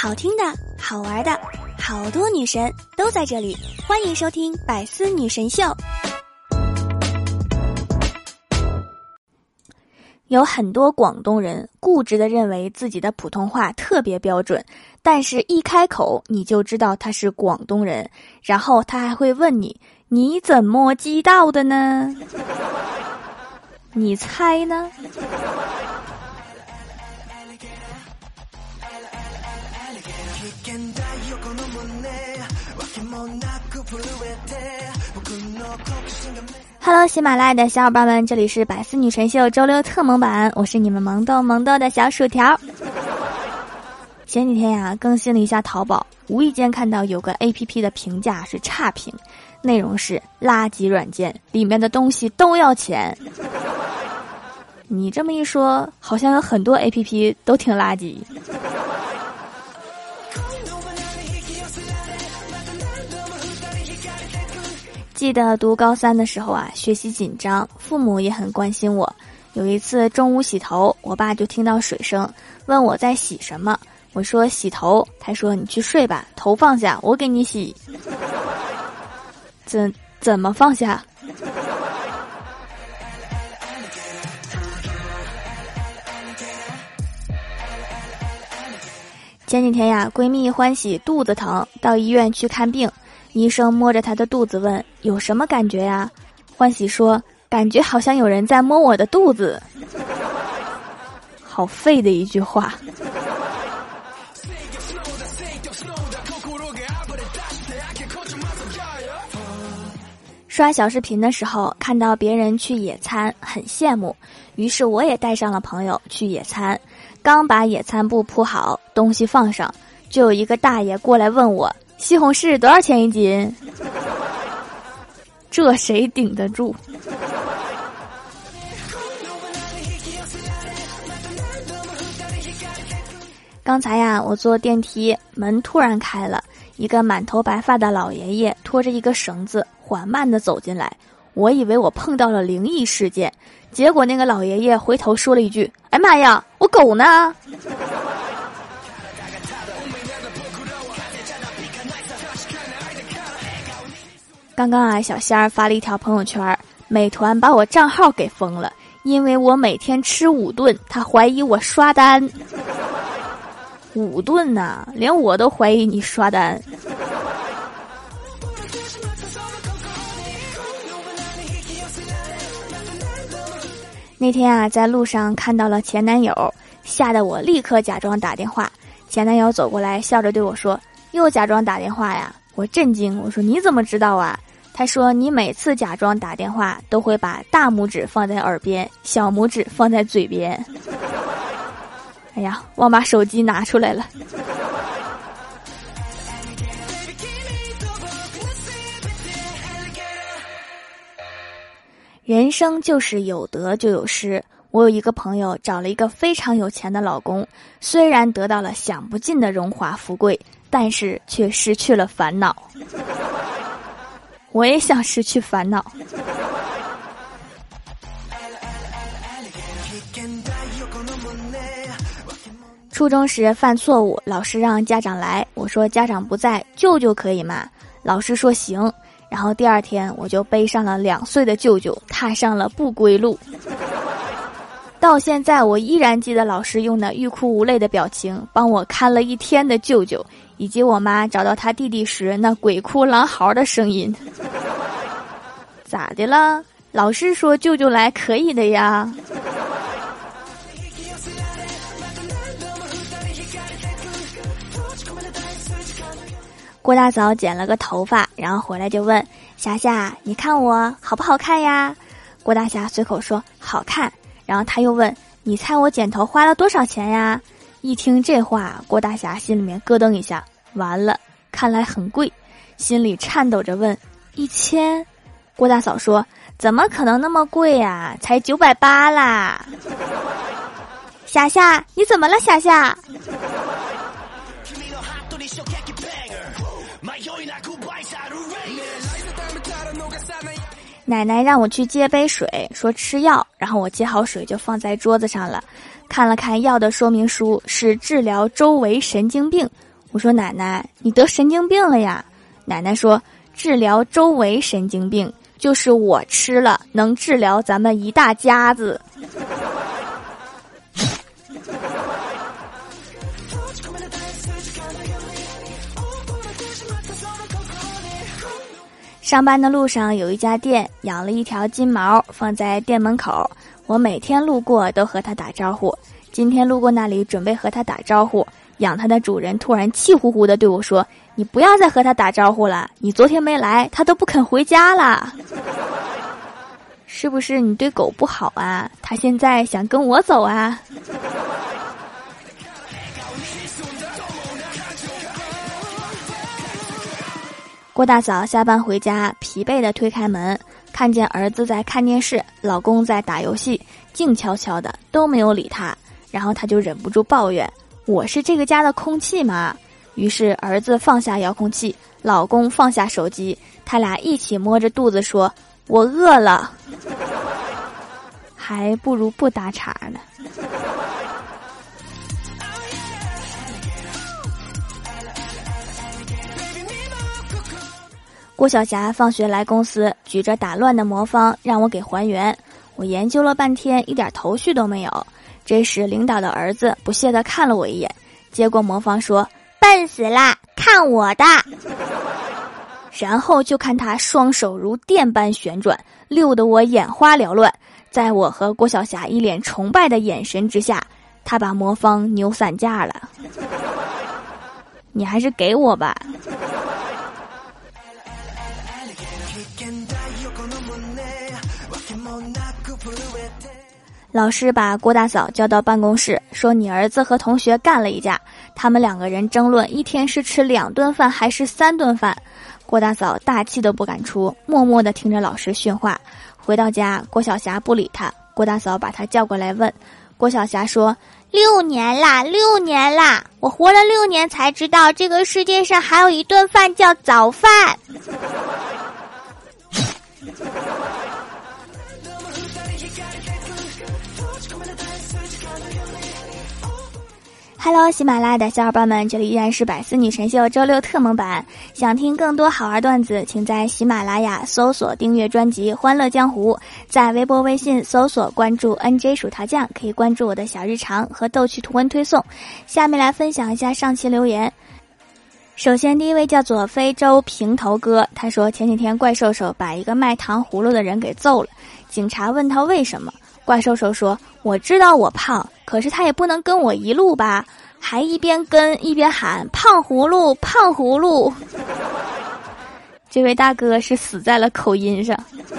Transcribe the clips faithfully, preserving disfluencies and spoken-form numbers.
好听的，好玩的，好多女神都在这里，欢迎收听百思女神秀。有很多广东人固执地认为自己的普通话特别标准，但是一开口你就知道他是广东人，然后他还会问你，你怎么知道的呢？你猜呢？Hello， 喜马拉雅的小伙伴们，这里是百思女神秀周六特萌版，我是你们萌豆萌豆的小薯条。前几天呀，更新了一下淘宝，无意间看到有个 A P P 的评价是差评，内容是垃圾软件，里面的东西都要钱。你这么一说，好像有很多 A P P 都挺垃圾。记得读高三的时候啊，学习紧张，父母也很关心我。有一次中午洗头，我爸就听到水声，问我在洗什么。我说洗头，他说你去睡吧，头放下，我给你洗。怎怎么放下？前几天呀，闺蜜欢喜肚子疼，到医院去看病。医生摸着她的肚子问，有什么感觉呀？欢喜说，感觉好像有人在摸我的肚子。好废的一句话。刷小视频的时候看到别人去野餐，很羡慕，于是我也带上了朋友去野餐。刚把野餐布铺好，东西放上，就有一个大爷过来问我，西红柿多少钱一斤？这谁顶得住？刚才呀，我坐电梯，门突然开了，一个满头白发的老爷爷拖着一个绳子缓慢地走进来，我以为我碰到了灵异事件，结果那个老爷爷回头说了一句，哎妈呀，我狗呢？刚刚啊，小仙儿发了一条朋友圈，美团把我账号给封了，因为我每天吃五顿，他怀疑我刷单。五顿呐、啊，连我都怀疑你刷单。那天啊，在路上看到了前男友，吓得我立刻假装打电话。前男友走过来，笑着对我说：“又假装打电话呀？”我震惊，我说：“你怎么知道啊？”他说：“你每次假装打电话，都会把大拇指放在耳边，小拇指放在嘴边。”哎呀，忘把手机拿出来了。人生就是有得就有失。我有一个朋友找了一个非常有钱的老公，虽然得到了享不尽的荣华富贵，但是却失去了烦恼。我也想失去烦恼。初中时犯错误，老师让家长来，我说家长不在，舅舅可以吗？老师说行。然后第二天我就背上了两岁的舅舅，踏上了不归路。到现在我依然记得老师用的欲哭无泪的表情，帮我看了一天的舅舅，以及我妈找到他弟弟时那鬼哭狼嚎的声音。咋的了？老师说舅舅来可以的呀。郭大嫂剪了个头发，然后回来就问霞霞，你看我好不好看呀？郭大侠随口说好看，然后他又问，你猜我剪头花了多少钱呀？一听这话，郭大侠心里面咯噔一下，完了，看来很贵，心里颤抖着问，一千？郭大嫂说，怎么可能那么贵呀？才九百八啦。霞霞，你怎么了霞霞？奶奶让我去接杯水，说吃药，然后我接好水就放在桌子上了，看了看药的说明书，是治疗周围神经病， 我说奶奶，你得神经病了呀？奶奶说，治疗周围神经病，就是我吃了能治疗咱们一大家子。上班的路上有一家店养了一条金毛，放在店门口，我每天路过都和它打招呼。今天路过那里准备和它打招呼，养它的主人突然气呼呼地对我说，你不要再和它打招呼了，你昨天没来它都不肯回家了。是不是你对狗不好啊？它现在想跟我走啊？郭大嫂下班回家，疲惫地推开门，看见儿子在看电视，老公在打游戏，静悄悄的都没有理他。然后他就忍不住抱怨，我是这个家的空气吗？于是儿子放下遥控器，老公放下手机，他俩一起摸着肚子说，我饿了。还不如不搭茬呢。郭晓霞放学来公司，举着打乱的魔方让我给还原。我研究了半天，一点头绪都没有。这时领导的儿子不屑地看了我一眼，接过魔方说，笨死啦，看我的。然后就看他双手如电般旋转，溜得我眼花缭乱。在我和郭晓霞一脸崇拜的眼神之下，他把魔方扭散架了。你还是给我吧。老师把郭大嫂叫到办公室，说你儿子和同学干了一架，他们两个人争论一天是吃两顿饭还是三顿饭。郭大嫂大气都不敢出，默默地听着老师训话。回到家，郭晓霞不理他，郭大嫂把他叫过来问。郭晓霞说，六年啦，六年啦，我活了六年才知道这个世界上还有一顿饭叫早饭。Hello， 喜马拉雅的小伙伴们，这里依然是百思女神秀周六特蒙版。想听更多好玩段子，请在喜马拉雅搜索订阅专辑《欢乐江湖》，在微博、微信搜索关注 N J 薯条酱，可以关注我的小日常和逗趣图文推送。下面来分享一下上期留言。首先第一位叫做非洲平头哥，他说前几天怪兽兽把一个卖糖葫芦的人给揍了，警察问他为什么，怪兽兽说，我知道我胖，可是他也不能跟我一路吧，还一边跟一边喊胖葫芦胖葫芦。这位大哥是死在了口音上。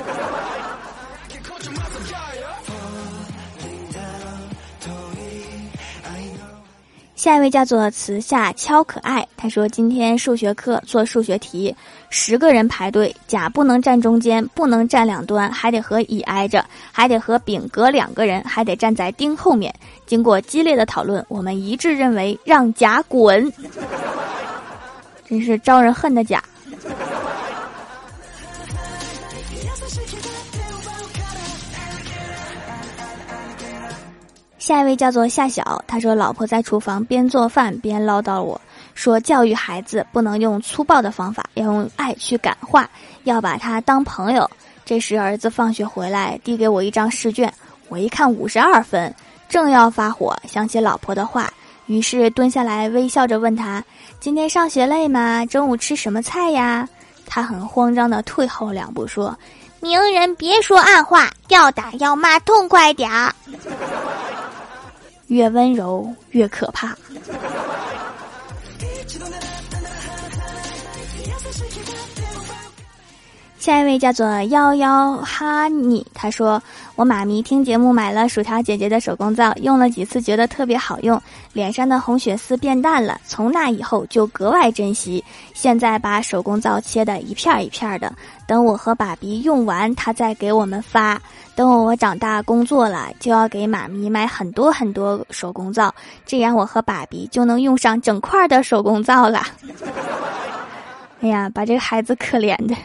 下一位叫做慈夏超可爱，他说今天数学课做数学题，十个人排队，甲不能站中间，不能站两端，还得和乙挨着，还得和丙隔两个人，还得站在丁后面。经过激烈的讨论，我们一致认为让甲滚。真是招人恨的甲。下一位叫做夏晓，他说老婆在厨房边做饭边唠叨我，说教育孩子不能用粗暴的方法，要用爱去感化，要把他当朋友。这时儿子放学回来递给我一张试卷，我一看五十二分，正要发火，想起老婆的话，于是蹲下来微笑着问他，今天上学累吗？中午吃什么菜呀？他很慌张地退后两步说，明人别说暗话，要打要骂痛快点儿。越温柔越可怕。下一位叫做幺幺哈尼，他说我妈咪听节目买了薯条姐姐的手工皂，用了几次觉得特别好用，脸上的红血丝变淡了，从那以后就格外珍惜，现在把手工皂切的一片一片的，等我和爸比用完她再给我们发，等我长大工作了就要给妈咪买很多很多手工皂，这样我和爸比就能用上整块的手工皂了。哎呀，把这个孩子可怜的。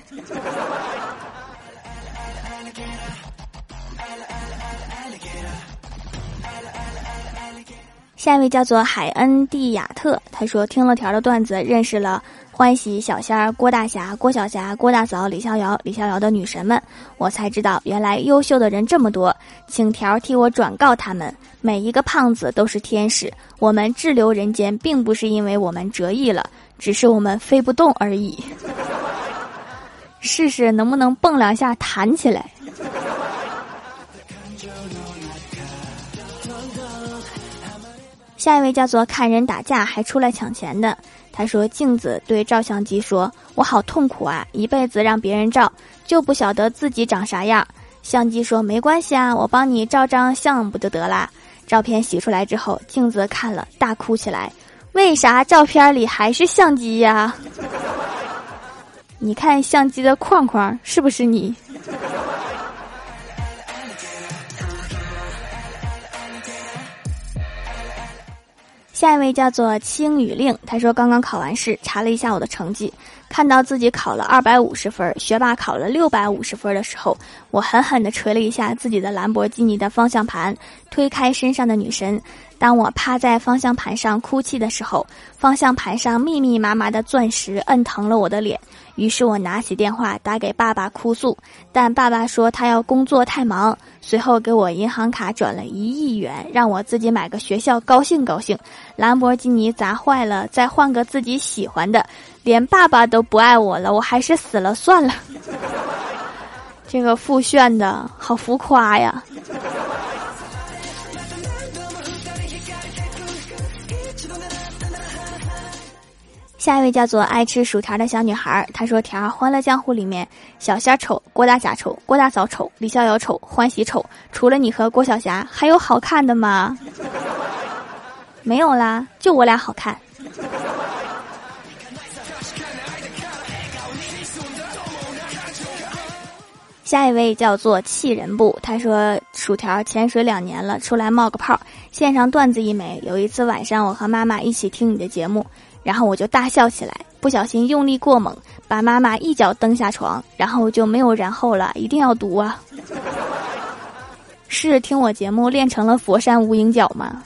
下一位叫做海恩蒂亚特，他说听了条的段子，认识了欢喜、小仙儿、郭大侠、郭小侠、郭大嫂、李逍遥、李逍遥的女神们，我才知道原来优秀的人这么多，请条替我转告他们，每一个胖子都是天使，我们滞留人间并不是因为我们折翼了，只是我们飞不动而已。试试能不能蹦两下弹起来。下一位叫做看人打架还出来抢钱的，他说镜子对照相机说，我好痛苦啊，一辈子让别人照就不晓得自己长啥样。相机说没关系啊，我帮你照张相不就得啦。照片洗出来之后，镜子看了大哭起来，为啥照片里还是相机呀？你看相机的框框是不是你？下一位叫做青雨令，他说刚刚考完试，查了一下我的成绩，看到自己考了二百五十分，学霸考了六百五十分的时候，我狠狠地捶了一下自己的兰博基尼的方向盘，推开身上的女神。当我趴在方向盘上哭泣的时候，方向盘上密密麻麻的钻石摁疼了我的脸，于是我拿起电话打给爸爸哭诉，但爸爸说他要工作太忙，随后给我银行卡转了一亿元，让我自己买个学校高兴高兴。兰博基尼砸坏了，再换个自己喜欢的，连爸爸都不爱我了，我还是死了算了。这个复炫的好浮夸呀。下一位叫做爱吃薯条的小女孩，她说条欢乐江湖里面小仙丑，郭大侠丑，郭大嫂丑，李逍遥丑，欢喜丑，除了你和郭小侠还有好看的吗？没有啦，就我俩好看。下一位叫做气人部，他说薯条潜水两年了，出来冒个泡，献上段子一枚。有一次晚上我和妈妈一起听你的节目，然后我就大笑起来，不小心用力过猛，把妈妈一脚蹬下床，然后就没有然后了，一定要读啊。是听我节目练成了佛山无影脚吗？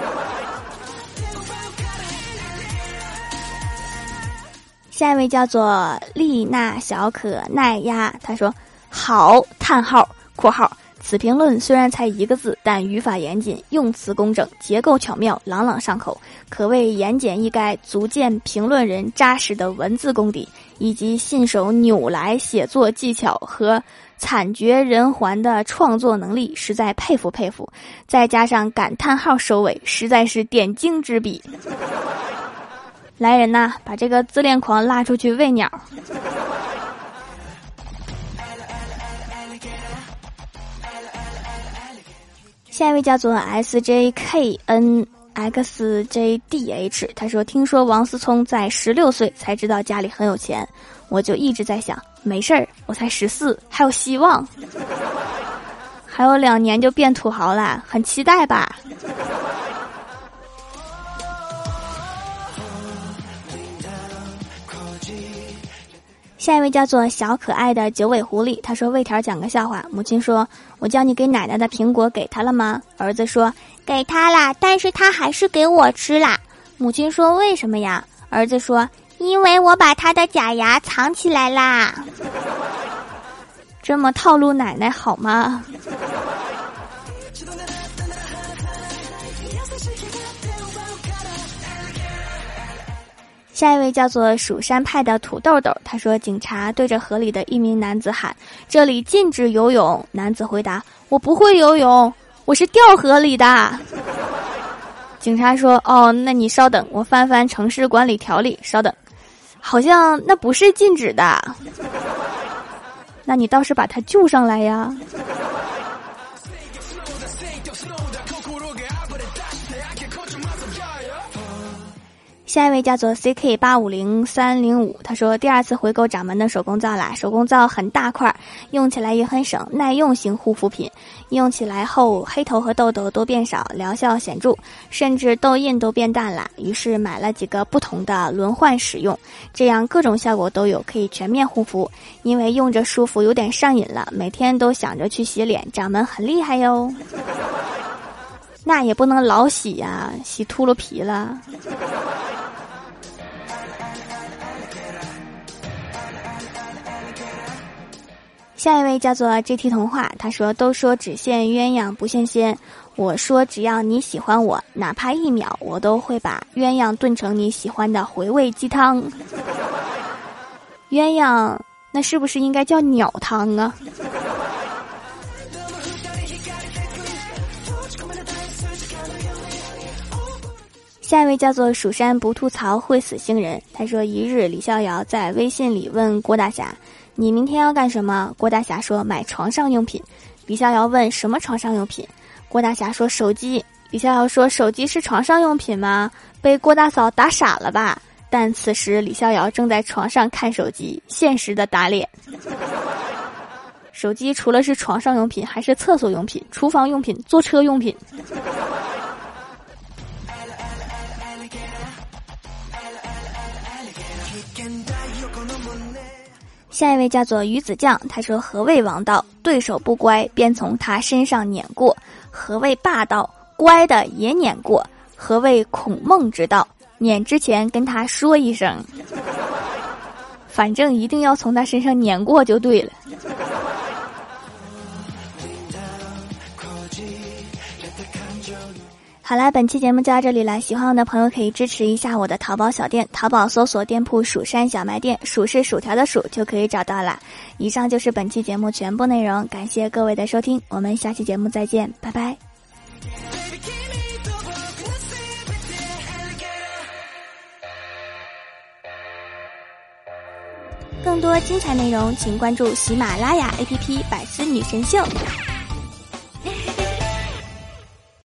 下一位叫做丽娜小可奈鸭，他说好叹号括号此评论虽然才一个字，但语法严谨，用词工整，结构巧妙，朗朗上口，可谓言简意赅，足见评论人扎实的文字功底，以及信手拈来写作技巧和惨绝人寰的创作能力，实在佩服佩服。再加上感叹号收尾，实在是点睛之笔。来人呐，把这个自恋狂拉出去喂鸟。下一位叫做 S J K N X J D H， 他说听说王思聪在十六岁才知道家里很有钱，我就一直在想，没事儿，我才十四，还有希望，还有两年就变土豪啦，很期待吧。下一位叫做小可爱的九尾狐狸，他说为条讲个笑话。母亲说，我叫你给奶奶的苹果给她了吗？儿子说给她啦，但是她还是给我吃啦。母亲说为什么呀？儿子说因为我把她的假牙藏起来啦。这么套路奶奶好吗？下一位叫做蜀山派的土豆豆，他说警察对着河里的一名男子喊，这里禁止游泳。男子回答，我不会游泳，我是掉河里的。警察说，哦，那你稍等，我翻翻城市管理条例，稍等，好像那不是禁止的。那你倒是把他救上来呀。下一位叫做 C K 八五零三零五，他说第二次回购掌门的手工皂啦，手工皂很大块，用起来也很省，耐用型护肤品，用起来后黑头和痘痘都变少，疗效显著，甚至痘印都变淡了。于是买了几个不同的轮换使用，这样各种效果都有，可以全面护肤。因为用着舒服，有点上瘾了，每天都想着去洗脸，掌门很厉害哟。 那也不能老洗呀、啊，洗秃噜皮了。下一位叫做 G T 童话，他说都说只羡鸳鸯不羡仙，我说只要你喜欢我，哪怕一秒我都会把鸳鸯炖成你喜欢的回味鸡汤。鸳鸯那是不是应该叫鸟汤啊？下一位叫做蜀山不吐槽会死星人，他说一日李逍遥在微信里问郭大侠，你明天要干什么？郭大侠说买床上用品。李逍遥问什么床上用品？郭大侠说手机。李逍遥说手机是床上用品吗？被郭大嫂打傻了吧？但此时李逍遥正在床上看手机，现实的打脸。手机除了是床上用品，还是厕所用品、厨房用品、坐车用品。下一位叫做鱼子酱，他说何谓王道？对手不乖便从他身上碾过。何谓霸道？乖的也碾过。何谓孔孟之道？碾之前跟他说一声，反正一定要从他身上碾过就对了。好啦，本期节目就到这里了，喜欢我的朋友可以支持一下我的淘宝小店，淘宝搜索店铺蜀山小卖店，蜀是薯条的蜀就可以找到啦。以上就是本期节目全部内容，感谢各位的收听，我们下期节目再见，拜拜。更多精彩内容请关注喜马拉雅 A P P 百思女神秀。